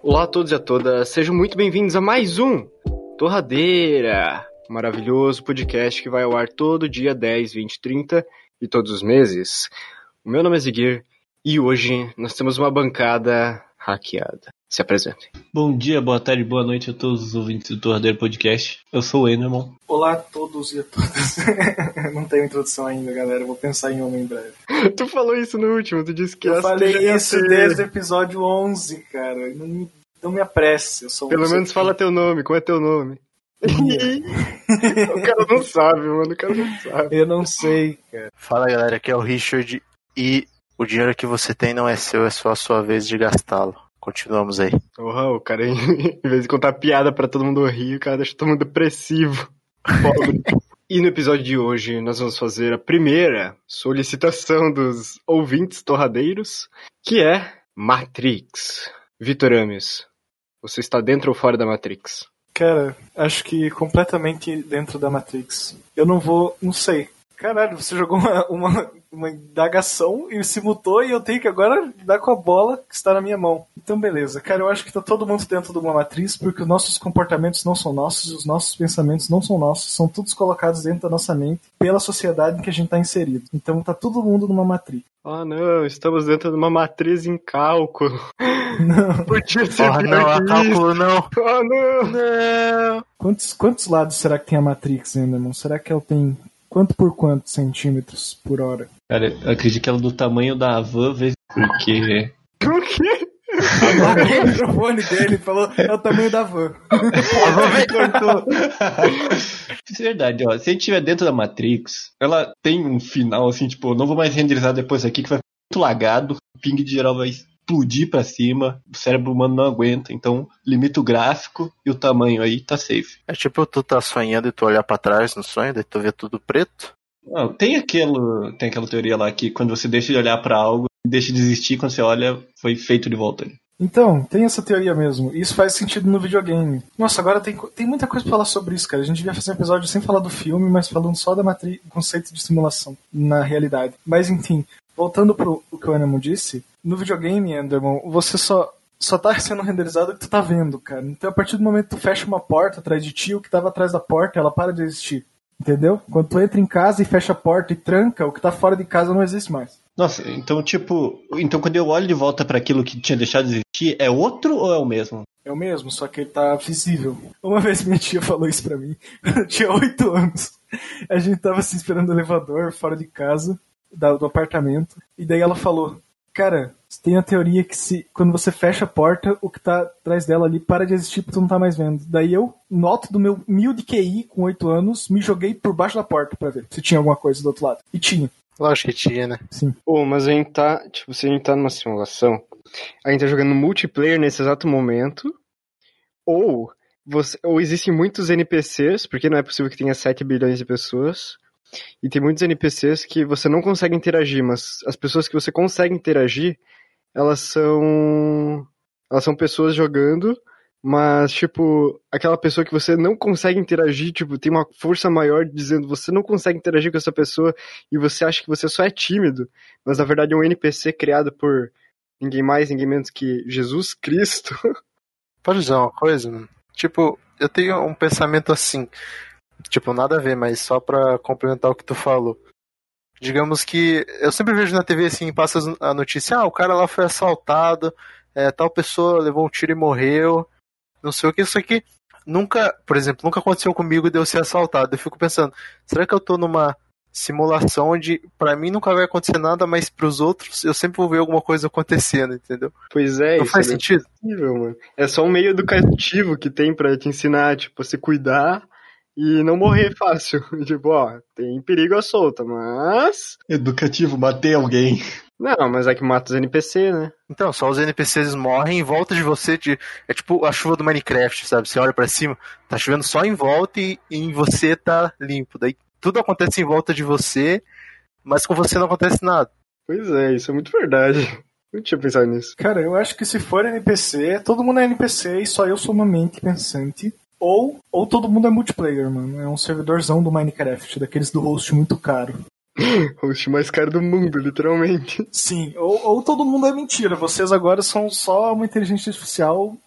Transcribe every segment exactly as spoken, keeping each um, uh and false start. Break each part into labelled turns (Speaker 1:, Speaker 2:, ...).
Speaker 1: Olá a todos e a todas, sejam muito bem-vindos a mais um Torradeira, um maravilhoso podcast que vai ao ar todo dia dez, vinte, trinta e todos os meses. O meu nome é Ziguir e hoje nós temos uma bancada hackeada. Se apresente.
Speaker 2: Bom dia, boa tarde, boa noite a todos os ouvintes do Torradeira Podcast. Eu sou o Enderman.
Speaker 3: Olá a todos e a todas. Não tenho introdução ainda, galera. Vou pensar em uma em breve.
Speaker 1: Tu falou isso no último, tu disse que
Speaker 3: eu
Speaker 1: essa
Speaker 3: falei isso
Speaker 1: ter...
Speaker 3: desde o episódio onze, cara. Não me, não me apresse. Eu sou
Speaker 1: Pelo menos fala teu nome. Qual é teu nome? O cara não sabe, mano. O cara não sabe.
Speaker 3: Eu não sei, cara.
Speaker 4: Fala, galera. Aqui é o Richard e o dinheiro que você tem não é seu, é só a sua vez de gastá-lo. Continuamos aí.
Speaker 1: Porra, o cara, em vez de contar piada pra todo mundo rir, o cara deixa todo mundo depressivo. Pobre. E no episódio de hoje, nós vamos fazer a primeira solicitação dos ouvintes torradeiros, que é Matrix. Vitor Ames, você está dentro ou fora da Matrix?
Speaker 3: Cara, acho que completamente dentro da Matrix. Eu não vou, não sei. Caralho, você jogou uma, uma, uma indagação e se mutou e eu tenho que agora dar com a bola que está na minha mão. Então beleza, cara, eu acho que tá todo mundo dentro de uma matriz porque os nossos comportamentos não são nossos, os nossos pensamentos não são nossos, são todos colocados dentro da nossa mente pela sociedade em que a gente tá inserido. Então tá todo mundo numa matriz.
Speaker 1: Ah não, estamos dentro de uma matriz em cálculo.
Speaker 3: Não.
Speaker 1: Podia ser
Speaker 4: oh, não, a cálculo não.
Speaker 1: Ah não.
Speaker 3: Não. Quantos, quantos lados será que tem a Matrix, Enderman? Será que ela tem... Quanto por quanto centímetros por hora?
Speaker 2: Cara, eu acredito que ela é do tamanho da van, vezes porque...
Speaker 1: O quê?
Speaker 3: O microfone dele falou, é o tamanho da van.
Speaker 2: A van me cortou. Isso é verdade, ó. Se a gente estiver dentro da Matrix, ela tem um final, assim, tipo, não vou mais renderizar depois aqui, que vai ficar muito lagado, o ping de geral vai explodir pra cima, o cérebro humano não aguenta, então limita o gráfico e o tamanho aí, tá safe.
Speaker 4: É tipo tu tá sonhando e tu olhar pra trás no sonho, daí tu vê tudo preto.
Speaker 2: Não, tem, aquilo, tem aquela teoria lá que quando você deixa de olhar pra algo, deixa de existir, quando você olha, foi feito de volta.
Speaker 3: Então, tem essa teoria mesmo. Isso faz sentido no videogame. Nossa, agora tem, tem muita coisa pra falar sobre isso, cara. A gente devia fazer um episódio sem falar do filme, mas falando só da matriz, do conceito de simulação na realidade. Mas enfim, voltando pro o que o Enderman disse, no videogame, Enderman, você só, só tá sendo renderizado o que tu tá vendo, cara. Então a partir do momento que tu fecha uma porta atrás de ti, o que tava atrás da porta, ela para de existir. Entendeu? Quando tu entra em casa e fecha a porta e tranca, o que tá fora de casa não existe mais.
Speaker 2: Nossa, então tipo, então quando eu olho de volta para aquilo que tinha deixado de existir, é outro ou é o mesmo?
Speaker 3: É o mesmo, só que ele tá visível. Uma vez minha tia falou isso pra mim, eu tinha oito anos. A gente tava assim esperando o elevador fora de casa, do apartamento, e daí ela falou, cara, tem a teoria que se quando você fecha a porta, o que tá atrás dela ali para de existir porque tu não tá mais vendo. Daí eu, noto do meu mil de Q I com oito anos, me joguei por baixo da porta pra ver se tinha alguma coisa do outro lado. E tinha.
Speaker 4: Lógico que tinha, né?
Speaker 3: Sim.
Speaker 1: Pô, mas a gente tá, tipo, se a gente tá numa simulação, a gente tá jogando multiplayer nesse exato momento, ou, você, ou existem muitos N P Cs, porque não é possível que tenha sete bilhões de pessoas, e tem muitos N P Cs que você não consegue interagir, mas as pessoas que você consegue interagir, elas são, elas são pessoas jogando, mas, tipo, aquela pessoa que você não consegue interagir, tipo, tem uma força maior dizendo você não consegue interagir com essa pessoa e você acha que você só é tímido, mas na verdade é um N P C criado por ninguém mais, ninguém menos que Jesus Cristo.
Speaker 4: Pode dizer uma coisa, mano? Tipo, eu tenho um pensamento assim, tipo, nada a ver, mas só pra complementar o que tu falou. Digamos que eu sempre vejo na T V assim, passa a notícia, ah, o cara lá foi assaltado, é, tal pessoa levou um tiro e morreu, não sei o que, isso aqui nunca, por exemplo, nunca aconteceu comigo de eu ser assaltado. Eu fico pensando, será que eu tô numa simulação onde pra mim nunca vai acontecer nada, mas pros outros eu sempre vou ver alguma coisa acontecendo, entendeu?
Speaker 1: Pois é,
Speaker 4: não
Speaker 1: isso
Speaker 4: faz
Speaker 1: é
Speaker 4: sentido?
Speaker 1: Possível, mano. É só um meio educativo que tem pra te ensinar, tipo, a se cuidar e não morrer fácil. Tipo, ó, tem perigo à solta, mas...
Speaker 2: Educativo, bater alguém.
Speaker 1: Não, mas é que mata os N P C, né?
Speaker 4: Então, só os N P Cs morrem em volta de você, de... é tipo a chuva do Minecraft, sabe? Você olha pra cima, tá chovendo só em volta e, e em você tá limpo. Daí tudo acontece em volta de você, mas com você não acontece nada.
Speaker 1: Pois é, isso é muito verdade. Não tinha pensado nisso.
Speaker 3: Cara, eu acho que se for N P C, todo mundo é N P C e só eu sou uma mente pensante. Ou, ou todo mundo é multiplayer, mano. É um servidorzão do Minecraft, daqueles do host muito caro.
Speaker 1: Host mais caro do mundo, literalmente.
Speaker 3: Sim, ou, ou todo mundo é mentira. Vocês agora são só uma inteligência artificial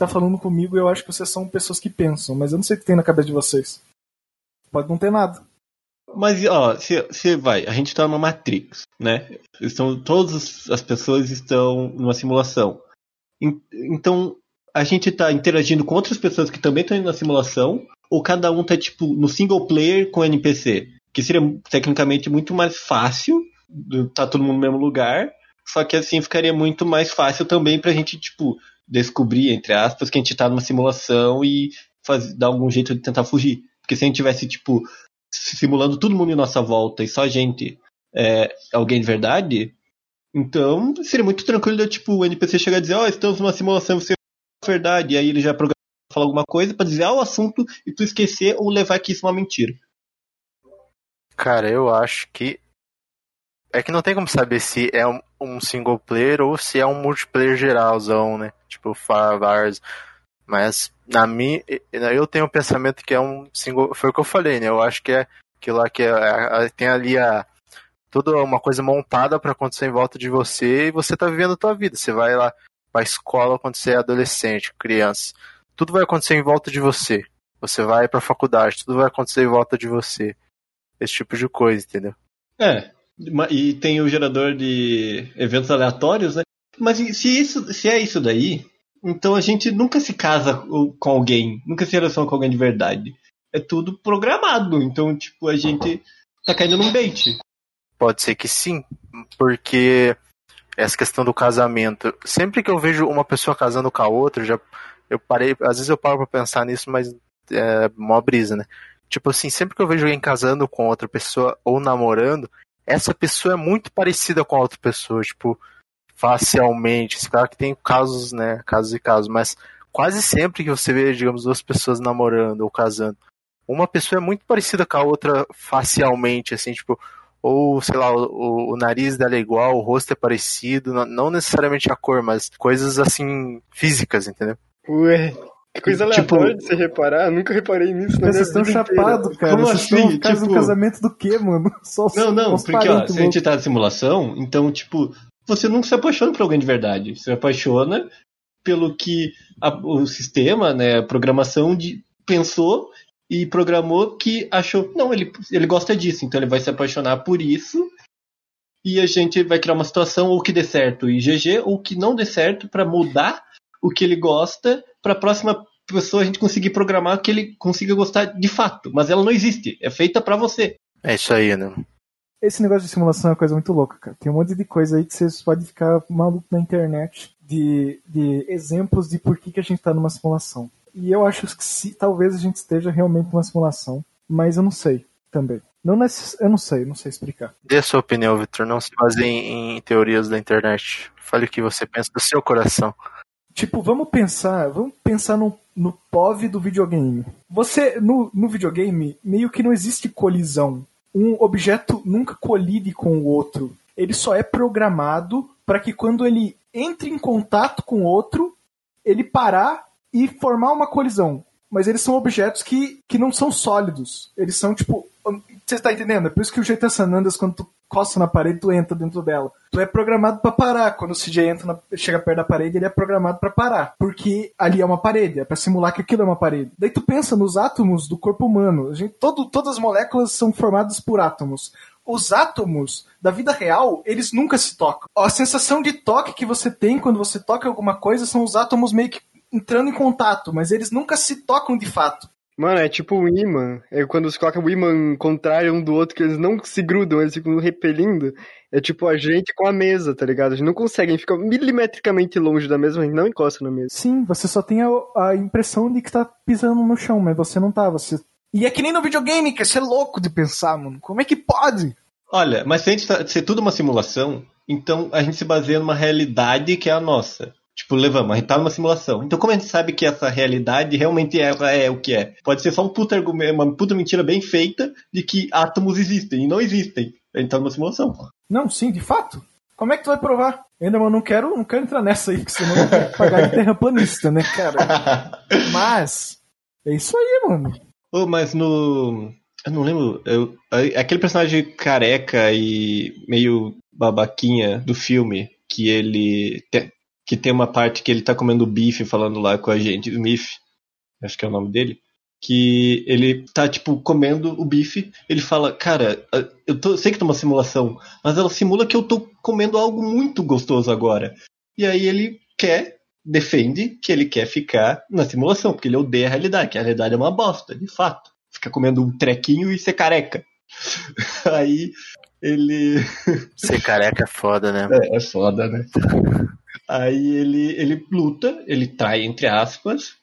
Speaker 3: tá falando comigo e eu acho que vocês são pessoas que pensam, mas eu não sei o que tem na cabeça de vocês. Pode não ter nada.
Speaker 2: Mas, ó, você vai, a gente tá numa Matrix, né? Estão, todas as pessoas estão numa simulação. Então, a gente tá interagindo com outras pessoas que também estão na simulação, ou cada um tá, tipo, no single player com N P C? Que seria, tecnicamente, muito mais fácil, tá todo mundo no mesmo lugar, só que, assim, ficaria muito mais fácil também pra gente, tipo, descobrir, entre aspas, que a gente tá numa simulação e faz, dar algum jeito de tentar fugir. Porque se a gente tivesse, tipo, simulando todo mundo em nossa volta e só a gente é alguém de verdade, então seria muito tranquilo de, tipo, o N P C chegar e dizer, ó, oh, estamos numa simulação, você é verdade, e aí ele já programa falar alguma coisa pra desviar o assunto e tu esquecer ou levar que isso é uma mentira.
Speaker 4: Cara, eu acho que é que não tem como saber se é um, um single player ou se é um multiplayer geralzão, né? Tipo, Farvars. Mas, na minha, eu tenho o um pensamento que é um single. Foi o que eu falei, né? Eu acho que é aquilo lá que é, tem ali a, toda uma coisa montada pra acontecer em volta de você e você tá vivendo a tua vida. Você vai lá pra escola quando você é adolescente, criança. Tudo vai acontecer em volta de você. Você vai pra faculdade, tudo vai acontecer em volta de você. Esse tipo de coisa, entendeu?
Speaker 2: É. E tem o gerador de eventos aleatórios, né? Mas se, isso, se é isso daí, então a gente nunca se casa com alguém, nunca se relaciona com alguém de verdade. É tudo programado, então, tipo, a gente tá caindo num bait.
Speaker 4: Pode ser que sim, porque essa questão do casamento, sempre que eu vejo uma pessoa casando com a outra, já, eu parei, às vezes eu paro pra pensar nisso, mas é mó brisa, né? Tipo assim, sempre que eu vejo alguém casando com outra pessoa ou namorando, essa pessoa é muito parecida com a outra pessoa, tipo, facialmente. Claro que tem casos, né, casos e casos, mas quase sempre que você vê, digamos, duas pessoas namorando ou casando, uma pessoa é muito parecida com a outra facialmente, assim, tipo, ou, sei lá, o, o nariz dela é igual, o rosto é parecido, não, não necessariamente a cor, mas coisas, assim, físicas, entendeu?
Speaker 1: Ué, que coisa aleatória tipo, de você reparar, eu nunca reparei nisso na
Speaker 3: Vocês estão chapados, cara.
Speaker 2: Como
Speaker 3: vocês
Speaker 2: assim?
Speaker 3: estão por causa
Speaker 2: tipo...
Speaker 3: do casamento do quê, mano? Só
Speaker 2: não, não, porque ó, se a gente tá na simulação, então, tipo, você nunca se apaixona por alguém de verdade. Você se apaixona pelo que a, o sistema, né, a programação de, pensou e programou que achou, não, ele, ele gosta disso, então ele vai se apaixonar por isso e a gente vai criar uma situação ou que dê certo e G G, ou que não dê certo pra mudar o que ele gosta pra próxima pessoa a gente conseguir programar que ele consiga gostar de fato, mas ela não existe, é feita pra você.
Speaker 4: É isso aí, né?
Speaker 3: Esse negócio de simulação é uma coisa muito louca, cara. Tem um monte de coisa aí que vocês podem ficar maluco na internet de, de exemplos de por que, que a gente tá numa simulação. E eu acho que se, talvez a gente esteja realmente numa simulação, mas eu não sei também. Não necess... Eu não sei, não sei explicar.
Speaker 4: Dê a sua opinião, Victor. Não se baseie em, em teorias da internet. Fale o que você pensa do seu coração.
Speaker 3: Tipo, vamos pensar, vamos pensar no, no P O V do videogame. Você, no, no videogame, meio que não existe colisão. Um objeto nunca colide com o outro. Ele só é programado para que quando ele entre em contato com o outro, ele parar e formar uma colisão. Mas eles são objetos que, que não são sólidos. Eles são tipo... Você está entendendo? É por isso que o G T A San Andreas, quando tu costa na parede, tu entra dentro dela. Tu é programado para parar. Quando o C J entra na, chega perto da parede, ele é programado para parar. Porque ali é uma parede. É para simular que aquilo é uma parede. Daí tu pensa nos átomos do corpo humano. A gente, todo, todas as moléculas são formadas por átomos. Os átomos da vida real, eles nunca se tocam. A sensação de toque que você tem quando você toca alguma coisa são os átomos meio que entrando em contato, mas eles nunca se tocam de fato.
Speaker 1: Mano, é tipo um imã. É quando você coloca o imã contrário um do outro, que eles não se grudam, eles ficam repelindo. É tipo a gente com a mesa, tá ligado? A gente não consegue, a gente fica milimetricamente longe da mesa, a gente não encosta na mesa.
Speaker 3: Sim, você só tem a, a impressão de que tá pisando no chão, mas você não tá. Você... E é que nem no videogame, que isso é louco de pensar, mano. Como é que pode?
Speaker 2: Olha, mas se a gente tá, se é tudo uma simulação, então a gente se baseia numa realidade que é a nossa. Tipo, levamos, a gente tá numa simulação. Então como a gente sabe que essa realidade realmente é, é o que é? Pode ser só um puta argumento, uma puta mentira bem feita de que átomos existem, e não existem. A gente tá numa simulação.
Speaker 3: Não, sim, de fato. Como é que tu vai provar? Ainda, mas não quero, não quero entrar nessa aí, porque senão eu vou pagar de terraplanista, né, cara? Mas, é isso aí, mano.
Speaker 2: Oh, mas no... Eu não lembro... Eu, aquele personagem careca e meio babaquinha do filme, que ele... Te, que tem uma parte que ele tá comendo bife falando lá com a gente, Smith, acho que é o nome dele, que ele tá, tipo, comendo o bife, ele fala, cara, eu tô, sei que tá uma simulação, mas ela simula que eu tô comendo algo muito gostoso agora. E aí ele quer, defende que ele quer ficar na simulação, porque ele odeia a realidade, que a realidade é uma bosta, de fato. Fica comendo um trequinho e ser careca. Aí ele...
Speaker 4: Ser careca é foda, né?
Speaker 2: É, é foda, né? Aí ele, ele luta, ele trai, entre aspas,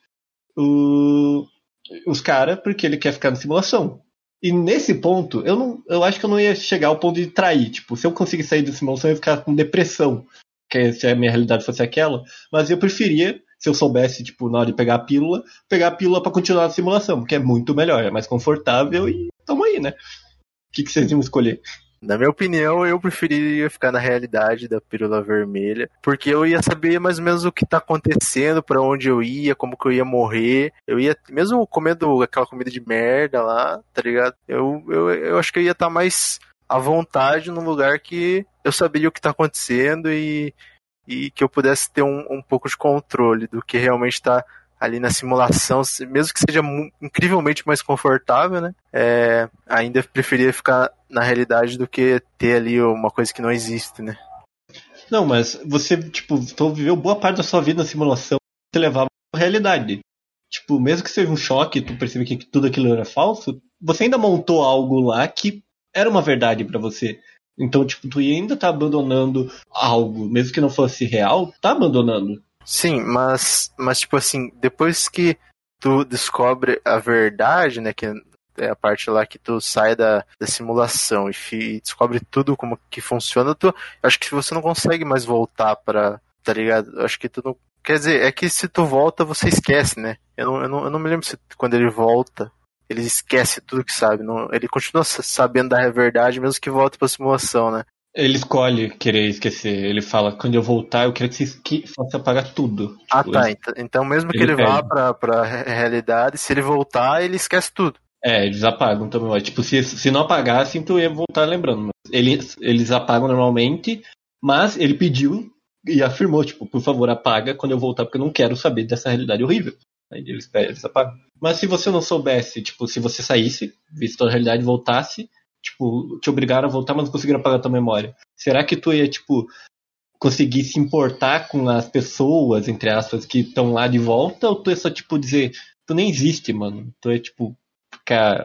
Speaker 2: o... os caras porque ele quer ficar na simulação. E nesse ponto, eu, não, eu acho que eu não ia chegar ao ponto de trair. Tipo, se eu conseguir sair da simulação, eu ia ficar com depressão, que se a minha realidade fosse aquela. Mas eu preferia, se eu soubesse, tipo, na hora de pegar a pílula, pegar a pílula pra continuar na simulação, porque é muito melhor, é mais confortável e tamo aí, né? O que, que vocês iam escolher?
Speaker 4: Na minha opinião, eu preferiria ficar na realidade da pílula vermelha, porque eu ia saber mais ou menos o que tá acontecendo, pra onde eu ia, como que eu ia morrer. Eu ia, mesmo comendo aquela comida de merda lá, tá ligado? Eu, eu, eu acho que eu ia estar mais à vontade num lugar que eu saberia o que tá acontecendo e, e que eu pudesse ter um, um pouco de controle do que realmente tá ali na simulação, mesmo que seja incrivelmente mais confortável, né? É, ainda preferia ficar na realidade do que ter ali uma coisa que não existe, né?
Speaker 2: Não, mas você, tipo, tu viveu boa parte da sua vida na simulação, você levava pra realidade. Tipo, mesmo que seja um choque, tu percebe que tudo aquilo era falso, você ainda montou algo lá que era uma verdade pra você. Então, tipo, tu ainda tá abandonando algo, mesmo que não fosse real, tá abandonando.
Speaker 4: Sim, mas, mas tipo assim, depois que tu descobre a verdade, né, que é a parte lá que tu sai da, da simulação e, fi, e descobre tudo como que funciona, tu, acho que você não consegue mais voltar pra, tá ligado? Acho que tu não, quer dizer, é que se tu volta, você esquece, né? Eu não, eu não, eu não me lembro se quando ele volta, ele esquece tudo que sabe, não, ele continua sabendo da verdade, mesmo que volte pra simulação, né?
Speaker 2: Ele escolhe querer esquecer. Ele fala, quando eu voltar, eu quero que você esque... faça apagar tudo.
Speaker 4: Ah,
Speaker 2: tipo,
Speaker 4: tá.
Speaker 2: ele...
Speaker 4: Então mesmo que
Speaker 2: ele
Speaker 4: ele vá pra, pra realidade, se ele voltar, ele esquece tudo.
Speaker 2: É, eles apagam também. Tipo, se, se não apagassem, tu ia voltar lembrando. Eles, eles apagam normalmente, mas ele pediu e afirmou, tipo, por favor, apaga quando eu voltar, porque eu não quero saber dessa realidade horrível. Aí eles, eles apagam. Mas se você não soubesse, tipo, se você saísse, visse toda a realidade e voltasse, tipo, te obrigaram a voltar, mas não conseguiram apagar a tua memória. Será que tu ia, tipo, conseguir se importar com as pessoas, entre aspas, que estão lá de volta? Ou tu ia só, tipo, dizer, tu nem existe, mano? Tu ia, tipo, ficar...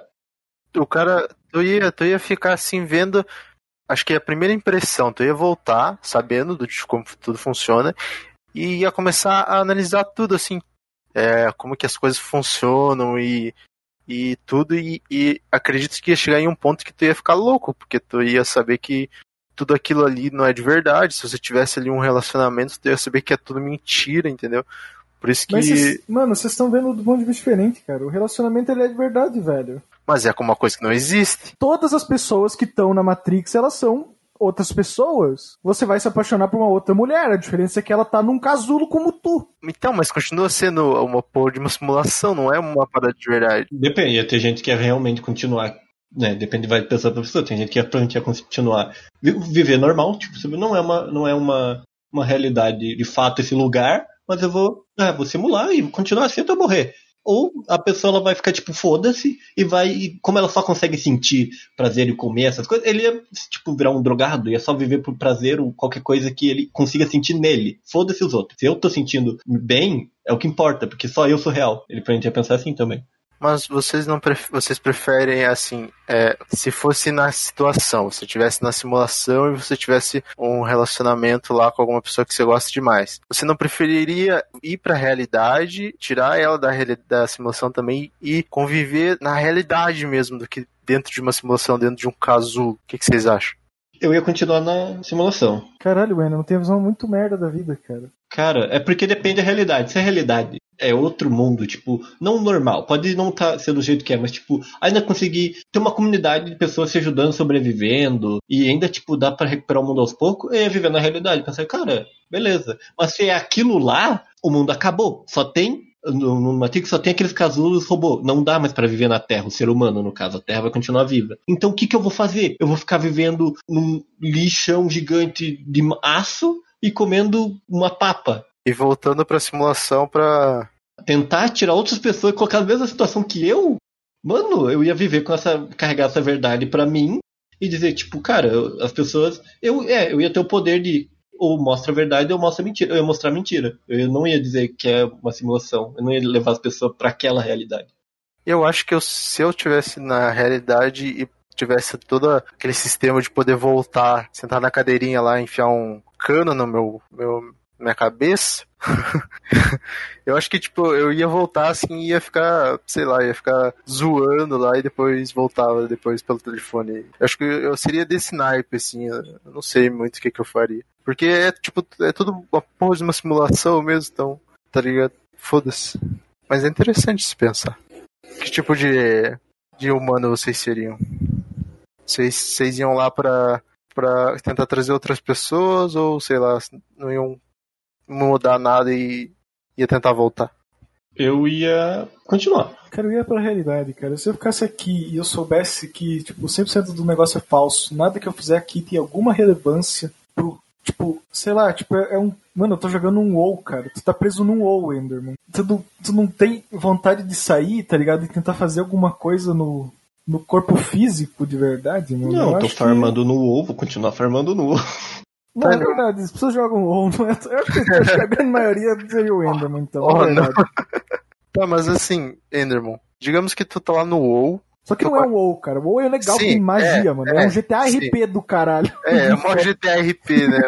Speaker 4: O cara, tu ia, tu ia ficar assim, vendo, acho que a primeira impressão, tu ia voltar, sabendo de como tudo funciona, e ia começar a analisar tudo, assim, é, como que as coisas funcionam e... e tudo, e, e acredito que ia chegar em um ponto que tu ia ficar louco, porque tu ia saber que tudo aquilo ali não é de verdade. Se você tivesse ali um relacionamento, tu ia saber que é tudo mentira, entendeu? Por isso que...
Speaker 3: Mas cês, mano, vocês estão vendo do ponto de vista diferente, cara. O relacionamento, ele é de verdade, velho.
Speaker 4: Mas é como uma coisa que não existe.
Speaker 3: Todas as pessoas que estão na Matrix, elas são outras pessoas. Você vai se apaixonar por uma outra mulher. A diferença é que ela tá num casulo como tu.
Speaker 4: Então, mas continua sendo uma porra de uma simulação, não é uma parada de verdade.
Speaker 2: Depende, ia ter gente que ia realmente continuar, né? Depende, vai de pessoa pra pessoa. Tem gente que ia, ia continuar viver normal, tipo, não é uma, não é uma, uma realidade de fato esse lugar, mas eu vou, ah, vou simular e continuar assim até eu morrer. Ou a pessoa ela vai ficar tipo, foda-se, e vai, e como ela só consegue sentir prazer e comer essas coisas, ele ia tipo virar um drogado, ia só viver por prazer ou qualquer coisa que ele consiga sentir nele. Foda-se os outros. Se eu tô sentindo bem, é o que importa, porque só eu sou real. Ele provavelmente ia pensar assim também.
Speaker 4: Mas vocês não pref... vocês preferem assim, é, se fosse na situação, se estivesse na simulação e você tivesse um relacionamento lá com alguma pessoa que você gosta demais, você não preferiria ir pra realidade, tirar ela da, reali... da simulação também e conviver na realidade mesmo, do que dentro de uma simulação, dentro de um casulo? O que, que vocês acham?
Speaker 2: Eu ia continuar na simulação.
Speaker 3: Caralho, Wena, não tem visão muito merda da vida, cara.
Speaker 2: Cara, é porque depende da realidade. Se a realidade é outro mundo, tipo, não normal, pode não tá, ser do jeito que é, mas, tipo, ainda conseguir ter uma comunidade de pessoas se ajudando, sobrevivendo, e ainda, tipo, dá pra recuperar o mundo aos poucos, eu ia viver na realidade. Pensar, cara, beleza. Mas se é aquilo lá, o mundo acabou. Só tem, no, no Matrix, só tem aqueles casulos robô. Não dá mais pra viver na Terra, o ser humano, no caso. A Terra vai continuar viva. Então, o que que eu vou fazer? Eu vou ficar vivendo num lixão gigante de aço e comendo uma papa.
Speaker 4: e voltando pra simulação pra...
Speaker 2: Tentar tirar outras pessoas e colocar na mesma situação que eu, mano, eu ia viver com essa, carregar essa verdade pra mim e dizer, tipo, cara, eu- as pessoas, eu, é, eu ia ter o poder de ou mostra a verdade ou mostra a mentira, eu ia mostrar a mentira, eu não ia dizer que é uma simulação, eu não ia levar as pessoas pra aquela realidade.
Speaker 4: Eu acho que eu, se eu tivesse na realidade e tivesse todo aquele sistema de poder voltar, sentar na cadeirinha lá, enfiar um cano no meu, meu minha cabeça, eu acho que, tipo, eu ia voltar assim e ia ficar, sei lá, ia ficar zoando lá e depois voltava depois pelo telefone. Eu acho que eu seria desse naipe, assim, eu não sei muito o que, que eu faria. Porque é, tipo, é tudo uma porra de uma simulação mesmo, então, tá ligado? Foda-se. Mas é interessante se pensar. Que tipo de, de humano vocês seriam? Vocês, vocês iam lá pra, pra tentar trazer outras pessoas ou, sei lá, não iam mudar nada e ia tentar voltar?
Speaker 2: Eu ia continuar.
Speaker 3: Cara, eu ia pra realidade, cara. Se eu ficasse aqui e eu soubesse que, tipo, cem por cento do negócio é falso, nada que eu fizer aqui tem alguma relevância pro, tipo, sei lá, tipo, é, é um... Mano, eu tô jogando um WoW, cara. Tu tá preso num WoW, Enderman. Tu não, tu não tem vontade de sair, tá ligado? E tentar fazer alguma coisa no, no corpo físico de verdade, mano.
Speaker 2: Não,
Speaker 3: eu
Speaker 2: tô
Speaker 3: acho
Speaker 2: farmando que... no WoW, vou continuar farmando no WoW.
Speaker 3: Não, é verdade, as pessoas jogam WoW, não é? Eu acho que a grande maioria seria o Enderman, então. Oh, é verdade.
Speaker 4: Tá, mas assim, Enderman, digamos que tu tá lá no WoW.
Speaker 3: Só que não é um WoW, cara. O WoW é legal, sim, tem magia, é, mano. É, é um G T A R P sim. do caralho.
Speaker 4: É, é um G T A R P, né?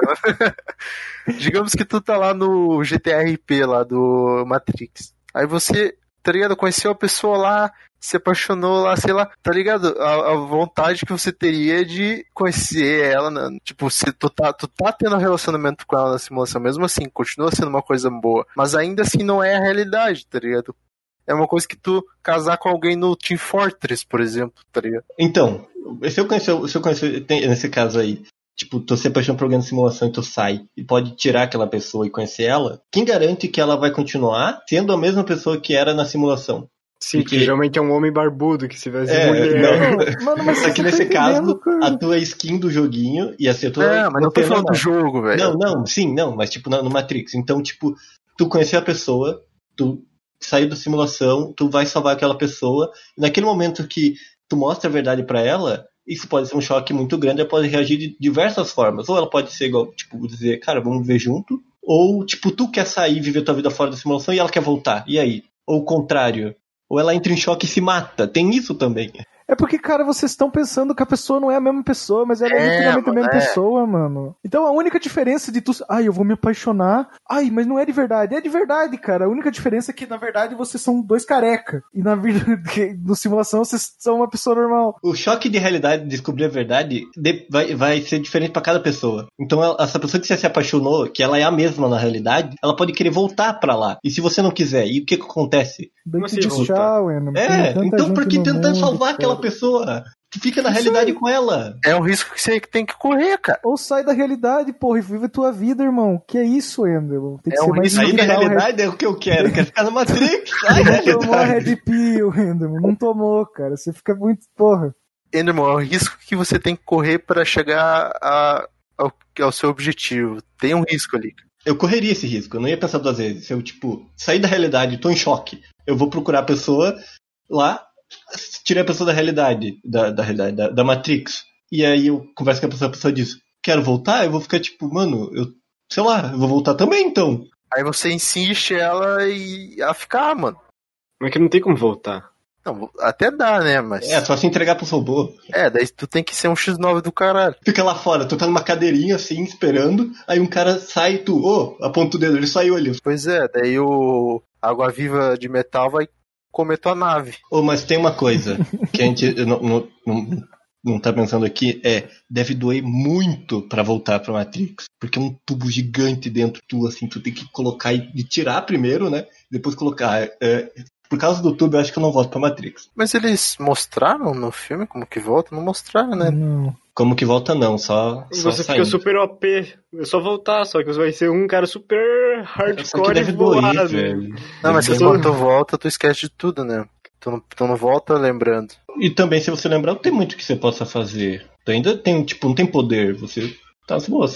Speaker 4: Digamos que tu tá lá no G T A R P lá do Matrix. Aí você, tá ligado? Conheceu a pessoa lá, se apaixonou lá, sei lá, tá ligado? A, a vontade que você teria de conhecer ela, né? Tipo, se tu tá, tu tá tendo um relacionamento com ela na simulação, mesmo assim, continua sendo uma coisa boa. Mas ainda assim não é a realidade, tá ligado? É uma coisa que tu casar com alguém no Team Fortress, por exemplo, tá ligado?
Speaker 2: Então, se eu conhecer, se eu conhecer nesse caso aí, tipo, tu se apaixona por alguém na simulação e tu sai e pode tirar aquela pessoa e conhecer ela, quem garante que ela vai continuar sendo a mesma pessoa que era na simulação?
Speaker 1: Sim, porque geralmente é um homem barbudo que se vê
Speaker 2: é,
Speaker 1: mulher.
Speaker 2: Não, mano, mas só que nesse caso, cara, a tua skin do joguinho ia ser a tua...
Speaker 4: É, mas não tô falando do jogo, velho.
Speaker 2: Não, não, sim, não, mas tipo, no Matrix. Então, tipo, tu conhecer a pessoa, tu sair da simulação, tu vai salvar aquela pessoa, e naquele momento que tu mostra a verdade pra ela, isso pode ser um choque muito grande, ela pode reagir de diversas formas. Ou ela pode ser igual, tipo, dizer, cara, vamos viver junto, ou, tipo, tu quer sair e viver tua vida fora da simulação e ela quer voltar, e aí? Ou o contrário. Ou ela entra em choque e se mata. Tem isso também.
Speaker 3: É porque, cara, vocês estão pensando que a pessoa não é a mesma pessoa, mas ela é, é literalmente a mesma é. pessoa, mano. Então a única diferença de tu... Ai, eu vou me apaixonar. Ai, mas não é de verdade. É de verdade, cara. A única diferença é que, na verdade, vocês são dois careca. E na vida, no simulação, vocês são uma pessoa normal.
Speaker 2: O choque de realidade de descobrir a verdade vai, vai ser diferente pra cada pessoa. Então ela, essa pessoa que você se apaixonou, que ela é a mesma na realidade, ela pode querer voltar pra lá. E se você não quiser, e o que que acontece?
Speaker 3: Como assim, tchau,
Speaker 2: é, então por que tentar mundo, salvar cara. aquela pessoa? Tu fica na realidade com ela.
Speaker 4: É um risco que você tem que correr, cara.
Speaker 3: Ou sai da realidade, porra, e vive tua vida, irmão. Que é isso, Enderman? Tem que
Speaker 2: é
Speaker 3: ser
Speaker 2: um
Speaker 3: mais
Speaker 2: Sair da realidade é o que eu quero. Eu quero ficar no Matrix. Sai da realidade.
Speaker 3: Não tomou a Red Pill, Enderman. Não tomou, cara. Você fica muito, porra.
Speaker 4: Enderman, é o risco que você tem que correr pra chegar a, ao, ao seu objetivo. Tem um risco ali.
Speaker 2: Eu correria esse risco. Eu não ia pensar duas vezes. Se eu, tipo, sair da realidade, tô em choque. Eu vou procurar a pessoa lá, tirei a pessoa da realidade, da, da realidade, da, da Matrix, e aí eu converso com a pessoa, a pessoa diz, quero voltar? Eu vou ficar tipo, mano, eu, sei lá, eu vou voltar também, então.
Speaker 4: Aí você insiste ela e a ficar, mano.
Speaker 1: Mas que não tem como voltar.
Speaker 4: Não, até dá, né, mas...
Speaker 2: É, só se entregar pros robôs.
Speaker 4: É, daí tu tem que ser um xis nove do caralho.
Speaker 2: Fica lá fora, tu tá numa cadeirinha assim, esperando, aí um cara sai e tu, ô, oh, aponta o dedo, ele saiu ali.
Speaker 4: Pois é, daí o água-viva de metal vai comer tua nave.
Speaker 2: Oh, mas tem uma coisa que a gente não, não, não, não tá pensando aqui, é, deve doer muito pra voltar pra Matrix, porque é um tubo gigante dentro de tu, assim, tu tem que colocar e, e tirar primeiro, né, depois colocar, é, por causa do tubo eu acho que eu não volto pra Matrix.
Speaker 4: Mas eles mostraram no filme como que volta? Não mostraram, né?
Speaker 3: Não.
Speaker 2: Como que volta não, só, só
Speaker 1: você
Speaker 2: saindo.
Speaker 1: Fica super O P, é só voltar, só que você vai ser um cara super hardcore
Speaker 2: deve
Speaker 1: e voado.
Speaker 2: Doer, velho.
Speaker 4: Não, mas se quando tu volta, tu esquece de tudo, né? Tu não, tu não volta lembrando.
Speaker 2: E também, se você lembrar, não tem muito que você possa fazer. Tu ainda tem, tipo, não tem poder, você tá na simulação.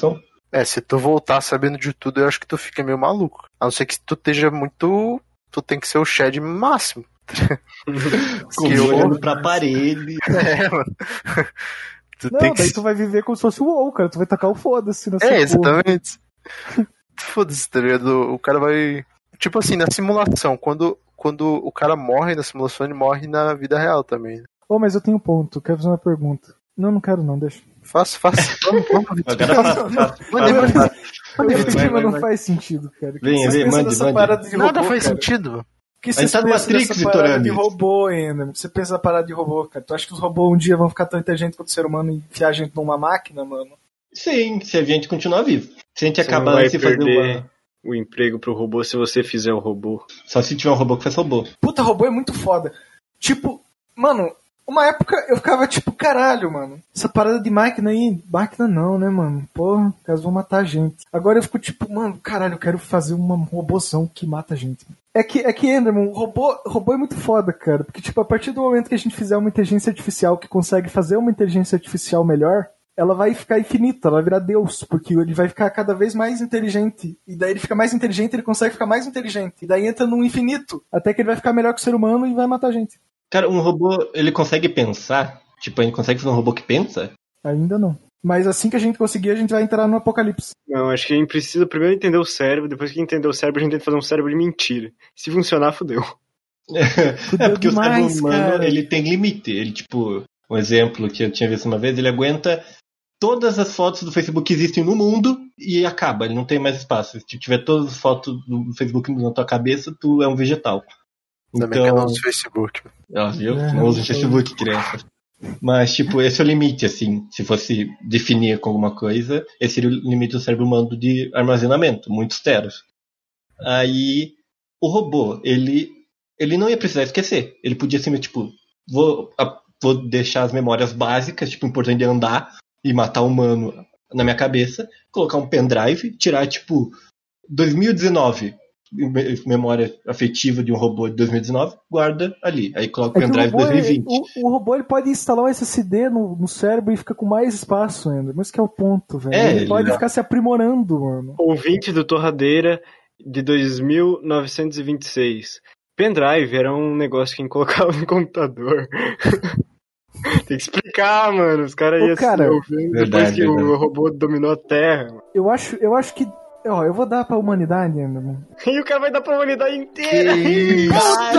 Speaker 4: É, se tu voltar sabendo de tudo, eu acho que tu fica meio maluco. A não ser que tu esteja muito... Tu tem que ser o Shed máximo.
Speaker 2: Com
Speaker 4: eu...
Speaker 2: olhando pra parede.
Speaker 4: É, mano. Tu
Speaker 3: Não,
Speaker 4: tem que...
Speaker 3: daí tu vai viver como se fosse o WoW, cara. Tu vai tacar o foda-se nessa
Speaker 4: É,
Speaker 3: porra.
Speaker 4: exatamente. Foda-se, tá ligado? O cara vai... Tipo assim, na simulação, quando, quando o cara morre na simulação, ele morre na vida real também.
Speaker 3: Ô, oh, mas eu tenho um ponto. Quero fazer uma pergunta. Não, não quero não, deixa.
Speaker 4: Faça, faça. Vamos, vamos, Vitor.
Speaker 2: Agora faça, faça.
Speaker 4: Mande, mande.
Speaker 3: Mande,
Speaker 2: Vai, vai,
Speaker 3: mas não
Speaker 2: vai.
Speaker 3: faz sentido, cara.
Speaker 2: Vem,
Speaker 3: Vocês
Speaker 2: vem,
Speaker 3: pensam
Speaker 2: mande,
Speaker 3: nessa
Speaker 2: mande.
Speaker 3: parada de
Speaker 4: Nada
Speaker 3: robô,
Speaker 4: faz
Speaker 3: cara?
Speaker 4: sentido.
Speaker 3: Que
Speaker 2: A
Speaker 3: vocês
Speaker 2: gente tá no
Speaker 3: pensam
Speaker 2: Matrix,
Speaker 3: nessa parada
Speaker 2: Vitorano.
Speaker 3: de robô ainda? Você pensa na parada de robô, cara? Tu acha que os robôs um dia vão ficar tão inteligentes quanto o ser humano e enfiar a gente numa máquina, mano?
Speaker 2: Sim, se a gente continuar vivo. Se a gente
Speaker 1: Você
Speaker 2: acabar
Speaker 1: não vai
Speaker 2: de fazer
Speaker 1: perder
Speaker 2: uma...
Speaker 1: o emprego pro robô se você fizer o robô.
Speaker 2: Só se tiver um robô que faz robô.
Speaker 3: Puta, robô é muito foda. Tipo, mano, uma época eu ficava tipo, caralho, mano. Essa parada de máquina aí, máquina não, né, mano? Porra, caso vão matar a gente. Agora eu fico tipo, mano, caralho, eu quero fazer uma robôzão que mata a gente. É que, é que Enderman, robô, robô é muito foda, cara. Porque, tipo, a partir do momento que a gente fizer uma inteligência artificial que consegue fazer uma inteligência artificial melhor, ela vai ficar infinita, ela vai virar Deus, porque ele vai ficar cada vez mais inteligente. E daí ele fica mais inteligente, ele consegue ficar mais inteligente. E daí entra num infinito, até que ele vai ficar melhor que o ser humano e vai matar a gente.
Speaker 2: Cara, um robô, ele consegue pensar? Tipo, ele consegue fazer um robô que pensa?
Speaker 3: Ainda não. Mas assim que a gente conseguir, a gente vai entrar no apocalipse.
Speaker 1: Não, acho que a gente precisa primeiro entender o cérebro, depois que entender o cérebro, a gente tenta fazer um cérebro de mentira. Se funcionar, fodeu.
Speaker 2: É, porque
Speaker 3: demais,
Speaker 2: o cérebro humano,
Speaker 3: cara.
Speaker 2: ele tem limite. Ele, tipo, um exemplo que eu tinha visto uma vez, ele aguenta todas as fotos do Facebook que existem no mundo e acaba, ele não tem mais espaço. Se tiver todas as fotos do Facebook na tua cabeça, tu é um vegetal.
Speaker 4: Também que eu não uso Facebook.
Speaker 2: Ó, viu?
Speaker 3: É,
Speaker 2: Não usa o
Speaker 3: então.
Speaker 2: Facebook, criança. Mas, tipo, esse é o limite, assim. Se fosse definir com alguma coisa, esse seria o limite do cérebro humano de armazenamento, muitos teras. Aí, o robô, ele, ele não ia precisar esquecer. Ele podia ser, tipo, vou, a, vou deixar as memórias básicas, tipo, importante de andar e matar o humano na minha cabeça, colocar um pendrive, tirar, tipo, dois mil e dezenove, memória afetiva de um robô de dois mil e dezenove, guarda ali. Aí coloca o
Speaker 3: É que
Speaker 2: pendrive
Speaker 3: o, robô,
Speaker 2: dois mil e vinte.
Speaker 3: ele- o, o robô ele pode instalar um S S D no, no cérebro e fica com mais espaço ainda. Mas que é o ponto, velho.
Speaker 2: É,
Speaker 3: ele
Speaker 2: ele
Speaker 3: pode
Speaker 2: dá-
Speaker 3: ficar se aprimorando, mano.
Speaker 1: Ouvinte do Torradeira de dois mil novecentos e vinte e seis. Pendrive era um negócio que a gente colocava no computador. Tem que explicar, mano. Os caras
Speaker 3: Ô,
Speaker 1: iam
Speaker 3: cara,
Speaker 1: se ouvindo depois
Speaker 2: verdade,
Speaker 1: que
Speaker 2: verdade.
Speaker 1: o robô dominou a Terra. Mano.
Speaker 3: Eu acho, eu acho que. Ó, eu vou dar pra humanidade ainda, mano.
Speaker 1: E o cara vai dar pra humanidade inteira.
Speaker 4: Que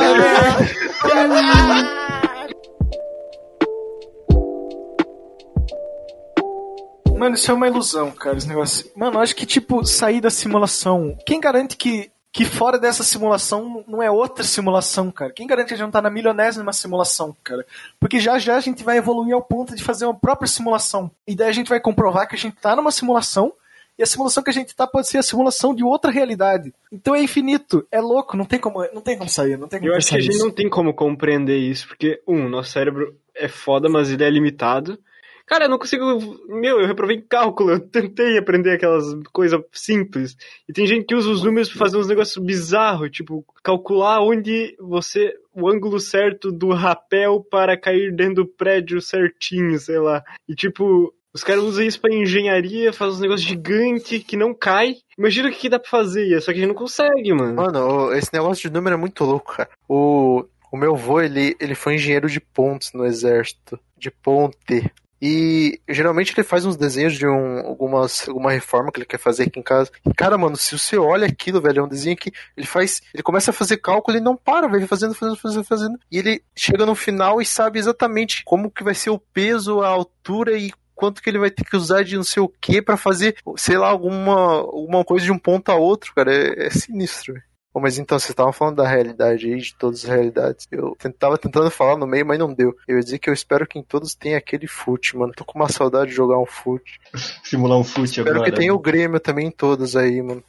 Speaker 3: Mano, isso é uma ilusão, cara, esse negócio. Mano, eu acho que, tipo, sair da simulação. Quem garante que, que fora dessa simulação não é outra simulação, cara? Quem garante que a gente não tá na milionésima simulação, cara? Porque já já a gente vai evoluir ao ponto de fazer uma própria simulação. E daí a gente vai comprovar que a gente tá numa simulação. E a simulação que a gente tá pode ser a simulação de outra realidade. Então é infinito, é louco, não tem como, não tem como sair, não tem como
Speaker 1: Eu acho que a
Speaker 3: pensar
Speaker 1: gente
Speaker 3: nisso.
Speaker 1: não tem como compreender isso, porque, um, nosso cérebro é foda, mas ele é limitado. Cara, eu não consigo. Meu, eu reprovei em cálculo, eu tentei aprender aquelas coisas simples. E tem gente que usa os números pra fazer uns negócios bizarros, tipo, calcular onde você. O ângulo certo do rapel para cair dentro do prédio certinho, sei lá. E tipo. Os caras usam isso pra engenharia, fazem uns negócios gigantes que não cai. Imagina o que, que dá pra fazer, só que a gente não consegue, mano.
Speaker 4: Mano, esse negócio de número é muito louco, cara. O, o meu avô, ele, ele foi engenheiro de pontes no exército. De ponte. E geralmente ele faz uns desenhos de um, algumas, alguma reforma que ele quer fazer aqui em casa. E, cara, mano, se você olha aquilo, velho, é um desenho que ele faz. Ele começa a fazer cálculo e não para, velho, fazendo, fazendo, fazendo, fazendo. E ele chega no final e sabe exatamente como que vai ser o peso, a altura e quanto que ele vai ter que usar de não sei o que pra fazer, sei lá, alguma, alguma coisa de um ponto a outro, cara. É, é sinistro, velho. Bom, mas então, vocês estavam falando da realidade aí, de todas as realidades. Eu tava tentando falar no meio, mas não deu. Eu ia dizer que eu espero que em todos tenha aquele fute, mano. Tô com uma saudade de jogar um fute.
Speaker 2: Simular um fute
Speaker 4: Espero
Speaker 2: agora.
Speaker 4: que tenha o Grêmio também em todas aí, mano.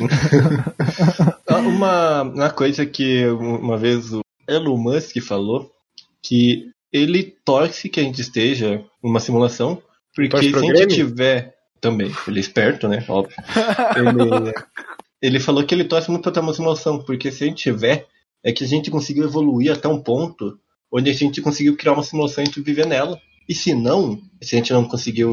Speaker 2: uma, uma coisa que uma vez o Elon Musk falou, que ele torce que a gente esteja numa simulação, porque
Speaker 1: Torce
Speaker 2: se
Speaker 1: pro
Speaker 2: a gente
Speaker 1: Grêmio?
Speaker 2: tiver... Também, ele é esperto, né? Óbvio. Ele, ele falou que ele torce muito pra ter uma simulação, porque se a gente tiver, é que a gente conseguiu evoluir até um ponto onde a gente conseguiu criar uma simulação e a gente viver nela. E se não, se a gente não conseguiu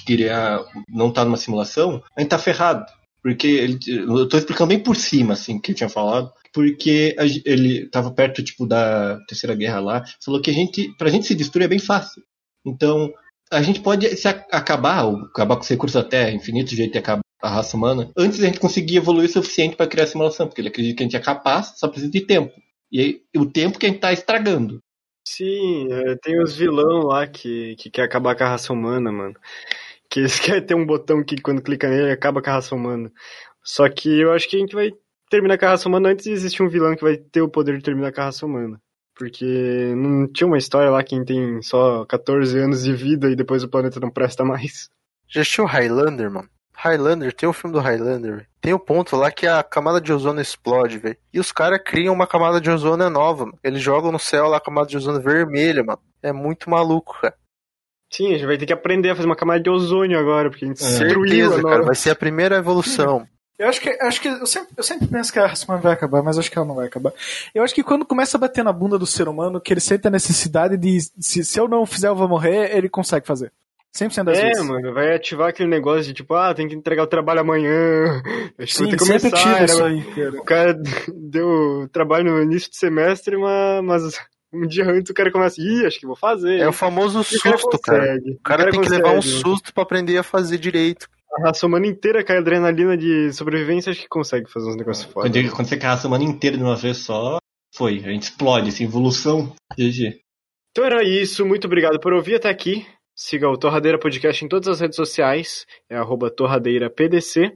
Speaker 2: queria não estar numa simulação, a gente tá ferrado. Porque ele, eu tô explicando bem por cima, assim, que eu tinha falado. Porque a, ele tava perto, tipo, da Terceira Guerra lá. Falou que a gente, pra gente se destruir é bem fácil. Então, a gente pode se a, acabar, ou acabar com os recursos da Terra, infinito jeito de acabar a raça humana, antes da gente conseguir evoluir o suficiente pra criar a simulação. Porque ele acredita que a gente é capaz, só precisa de tempo. E aí, o tempo que a gente tá estragando.
Speaker 1: Sim, é, tem os vilão lá que, que quer acabar com a raça humana, mano. Que eles querem ter um botão que quando clica nele acaba com a raça humana. Só que eu acho que a gente vai terminar com a raça humana antes de existir um vilão que vai ter o poder de terminar com a raça humana. Porque não tinha uma história lá que tem só catorze anos de vida e depois o planeta não presta mais.
Speaker 4: Já assistiu Highlander, mano? Highlander, tem o filme do Highlander. Tem o ponto lá que a camada de ozônio explode, velho. E os caras criam uma camada de ozônio nova, mano. Eles jogam no céu lá a camada de ozônio vermelha, mano. É muito maluco, cara.
Speaker 1: Sim, a gente vai ter que aprender a fazer uma camada de ozônio agora, porque a gente destruiu
Speaker 4: Certeza,
Speaker 1: a
Speaker 4: cara. Vai ser a primeira evolução.
Speaker 3: Eu acho que, acho que eu, sempre, eu sempre penso que a raça humana vai acabar, mas acho que ela não vai acabar. Eu acho que quando começa a bater na bunda do ser humano, que ele sente a necessidade de, se, se eu não fizer eu vou morrer, ele consegue fazer. cem por cento das
Speaker 1: é,
Speaker 3: vezes.
Speaker 1: É, mano, vai ativar aquele negócio de tipo, ah, tem que entregar o trabalho amanhã. Acho que
Speaker 3: Sim,
Speaker 1: vou ter que
Speaker 3: sempre
Speaker 1: começar.
Speaker 3: ativa
Speaker 1: Era,
Speaker 3: isso aí, cara.
Speaker 1: O cara deu trabalho no início de semestre, mas, mas um dia antes o cara começa, ih, acho que vou fazer.
Speaker 4: É o famoso
Speaker 1: E
Speaker 4: susto,
Speaker 1: o cara.
Speaker 4: cara. O cara,
Speaker 1: o cara
Speaker 4: tem
Speaker 1: consegue,
Speaker 4: que levar um
Speaker 1: né?
Speaker 4: susto pra aprender a fazer direito.
Speaker 1: A raça humana inteira com a adrenalina de sobrevivência, acho que consegue fazer uns negócios foda.
Speaker 2: Quando, quando você quer a raça humana inteira de uma vez só, foi. A gente explode, assim, evolução. G G.
Speaker 1: Então era isso, muito obrigado por ouvir até aqui. Siga o Torradeira Podcast em todas as redes sociais, é arroba torradeirapdc.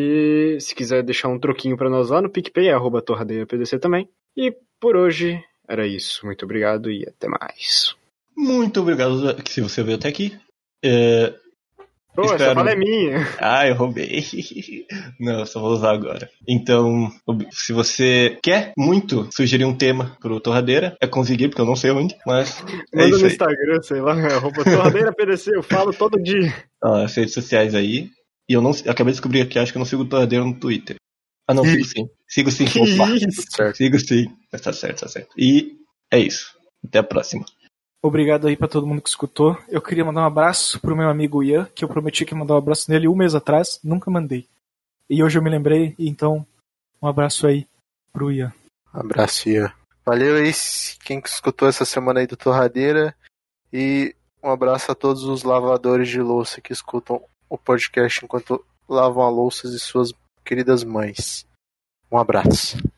Speaker 1: E se quiser deixar um troquinho pra nós lá no PicPay, é arroba torradeirapdc também. E por hoje era isso, muito obrigado e até mais.
Speaker 2: Muito obrigado se você veio até aqui. É...
Speaker 1: Pô,
Speaker 2: Espero...
Speaker 1: essa fala é minha.
Speaker 2: Ah, eu roubei. Não, só vou usar agora. Então, se você quer muito sugerir um tema pro Torradeira, é conseguir, porque eu não sei onde, mas é
Speaker 1: Manda
Speaker 2: isso
Speaker 1: no
Speaker 2: aí.
Speaker 1: Instagram, sei lá, arroba torradeirapdc, eu falo todo dia.
Speaker 2: Ah, as redes sociais aí. E eu não eu acabei de descobrir aqui, acho que eu não sigo o Torradeira no Twitter. Ah, não, sigo sim. Sigo sim.
Speaker 1: Que
Speaker 2: Opa,
Speaker 1: isso?
Speaker 2: certo. Sigo sim. Mas tá certo, tá certo. E é isso. Até a próxima.
Speaker 3: Obrigado aí pra todo mundo que escutou. Eu queria mandar um abraço pro meu amigo Ian, que eu prometi que ia mandar um abraço nele um mês atrás, nunca mandei. E hoje eu me lembrei, então um abraço aí pro Ian.
Speaker 4: Abraço, Ian. Valeu aí quem escutou essa semana aí do Torradeira. E um abraço a todos os lavadores de louça que escutam o podcast enquanto lavam a louça de suas queridas mães. Um abraço.